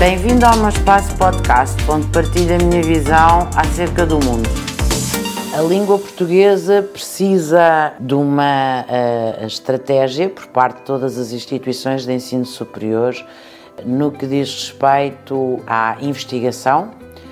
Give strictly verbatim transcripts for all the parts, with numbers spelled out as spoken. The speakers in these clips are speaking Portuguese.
Bem-vindo ao meu espaço podcast, onde partilho a minha visão acerca do mundo. A língua portuguesa precisa de uma uh, estratégia por parte de todas as instituições de ensino superior no que diz respeito à investigação,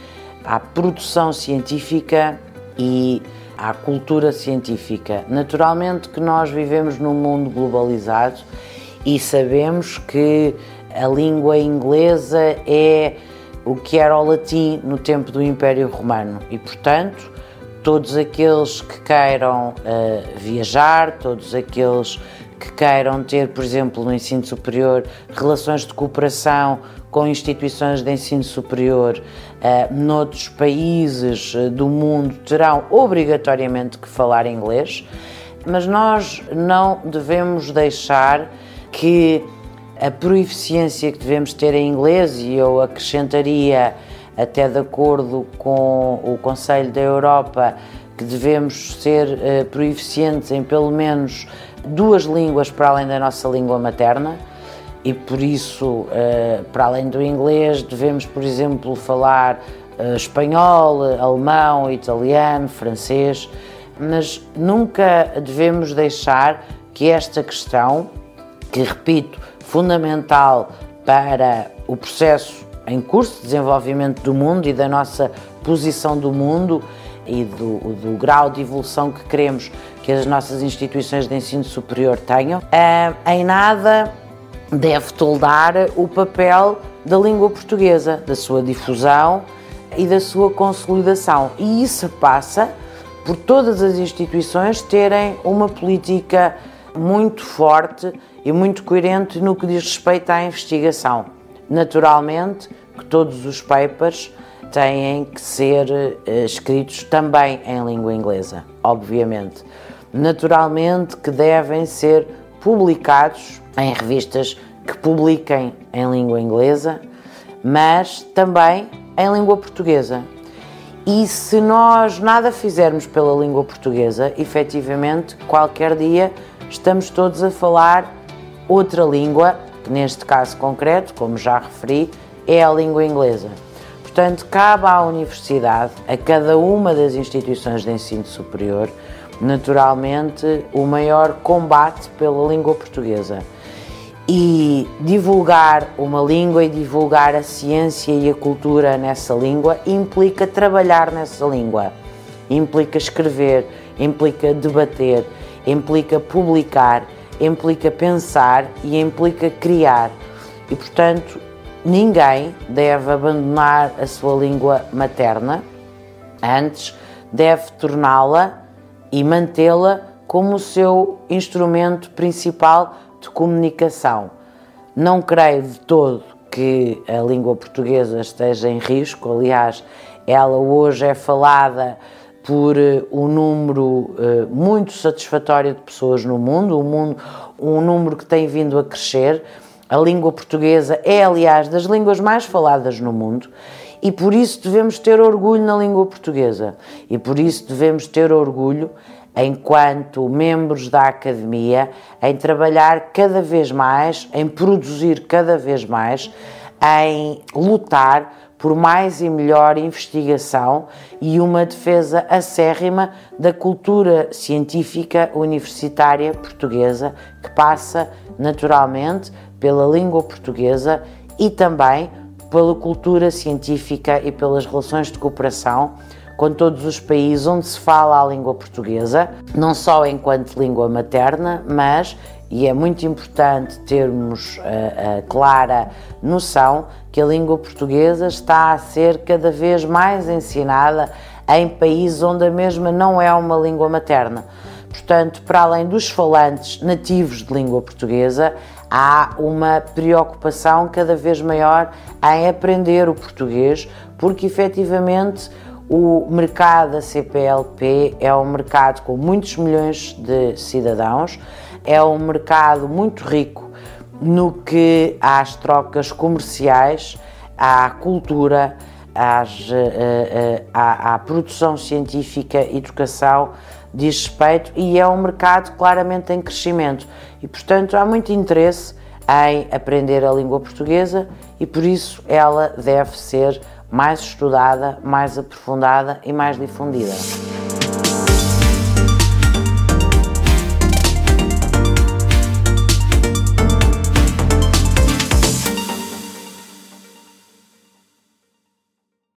à produção científica e à cultura científica. Naturalmente que nós vivemos num mundo globalizado e sabemos que a língua inglesa é o que era o latim no tempo do Império Romano e, portanto, todos aqueles que queiram uh, viajar, todos aqueles que queiram ter, por exemplo, no ensino superior, relações de cooperação com instituições de ensino superior uh, noutros países uh, do mundo, terão obrigatoriamente que falar inglês, mas nós não devemos deixar que a proficiência que devemos ter em inglês, e eu acrescentaria, até de acordo com o Conselho da Europa, que devemos ser uh, proficientes em pelo menos duas línguas para além da nossa língua materna, e por isso, uh, para além do inglês, devemos, por exemplo, falar uh, espanhol, alemão, italiano, francês, mas nunca devemos deixar que esta questão, que repito, fundamental para o processo em curso de desenvolvimento do mundo e da nossa posição do mundo e do, do grau de evolução que queremos que as nossas instituições de ensino superior tenham, em nada deve toldar o papel da língua portuguesa, da sua difusão e da sua consolidação. E isso passa por todas as instituições terem uma política muito forte e muito coerente no que diz respeito à investigação. Naturalmente que todos os papers têm que ser uh, escritos também em língua inglesa, obviamente. Naturalmente que devem ser publicados em revistas que publiquem em língua inglesa, mas também em língua portuguesa. E se nós nada fizermos pela língua portuguesa, efetivamente, qualquer dia estamos todos a falar outra língua, que neste caso concreto, como já referi, é a língua inglesa. Portanto, cabe à universidade, a cada uma das instituições de ensino superior, naturalmente, o maior combate pela língua portuguesa. E divulgar uma língua e divulgar a ciência e a cultura nessa língua implica trabalhar nessa língua, implica escrever, implica debater, implica publicar, implica pensar e implica criar. E, portanto, ninguém deve abandonar a sua língua materna, antes deve torná-la e mantê-la como o seu instrumento principal de comunicação. Não creio de todo que a língua portuguesa esteja em risco, aliás, ela hoje é falada por um número uh, muito satisfatório de pessoas no mundo, um, mundo, um número que tem vindo a crescer. A língua portuguesa é, aliás, das línguas mais faladas no mundo e por isso devemos ter orgulho na língua portuguesa e por isso devemos ter orgulho, enquanto membros da academia, em trabalhar cada vez mais, em produzir cada vez mais, em lutar por mais e melhor investigação e uma defesa acérrima da cultura científica universitária portuguesa, que passa, naturalmente, pela língua portuguesa e também pela cultura científica e pelas relações de cooperação com todos os países onde se fala a língua portuguesa, não só enquanto língua materna, mas, e é muito importante termos a, a clara noção que a língua portuguesa está a ser cada vez mais ensinada em países onde a mesma não é uma língua materna. Portanto, para além dos falantes nativos de língua portuguesa, há uma preocupação cada vez maior em aprender o português, porque efetivamente o mercado da C P L P é um mercado com muitos milhões de cidadãos, é um mercado muito rico no que às trocas comerciais, à cultura, às, à, à produção científica, educação diz respeito, e é um mercado claramente em crescimento e, portanto, há muito interesse em aprender a língua portuguesa e por isso ela deve ser mais estudada, mais aprofundada e mais difundida.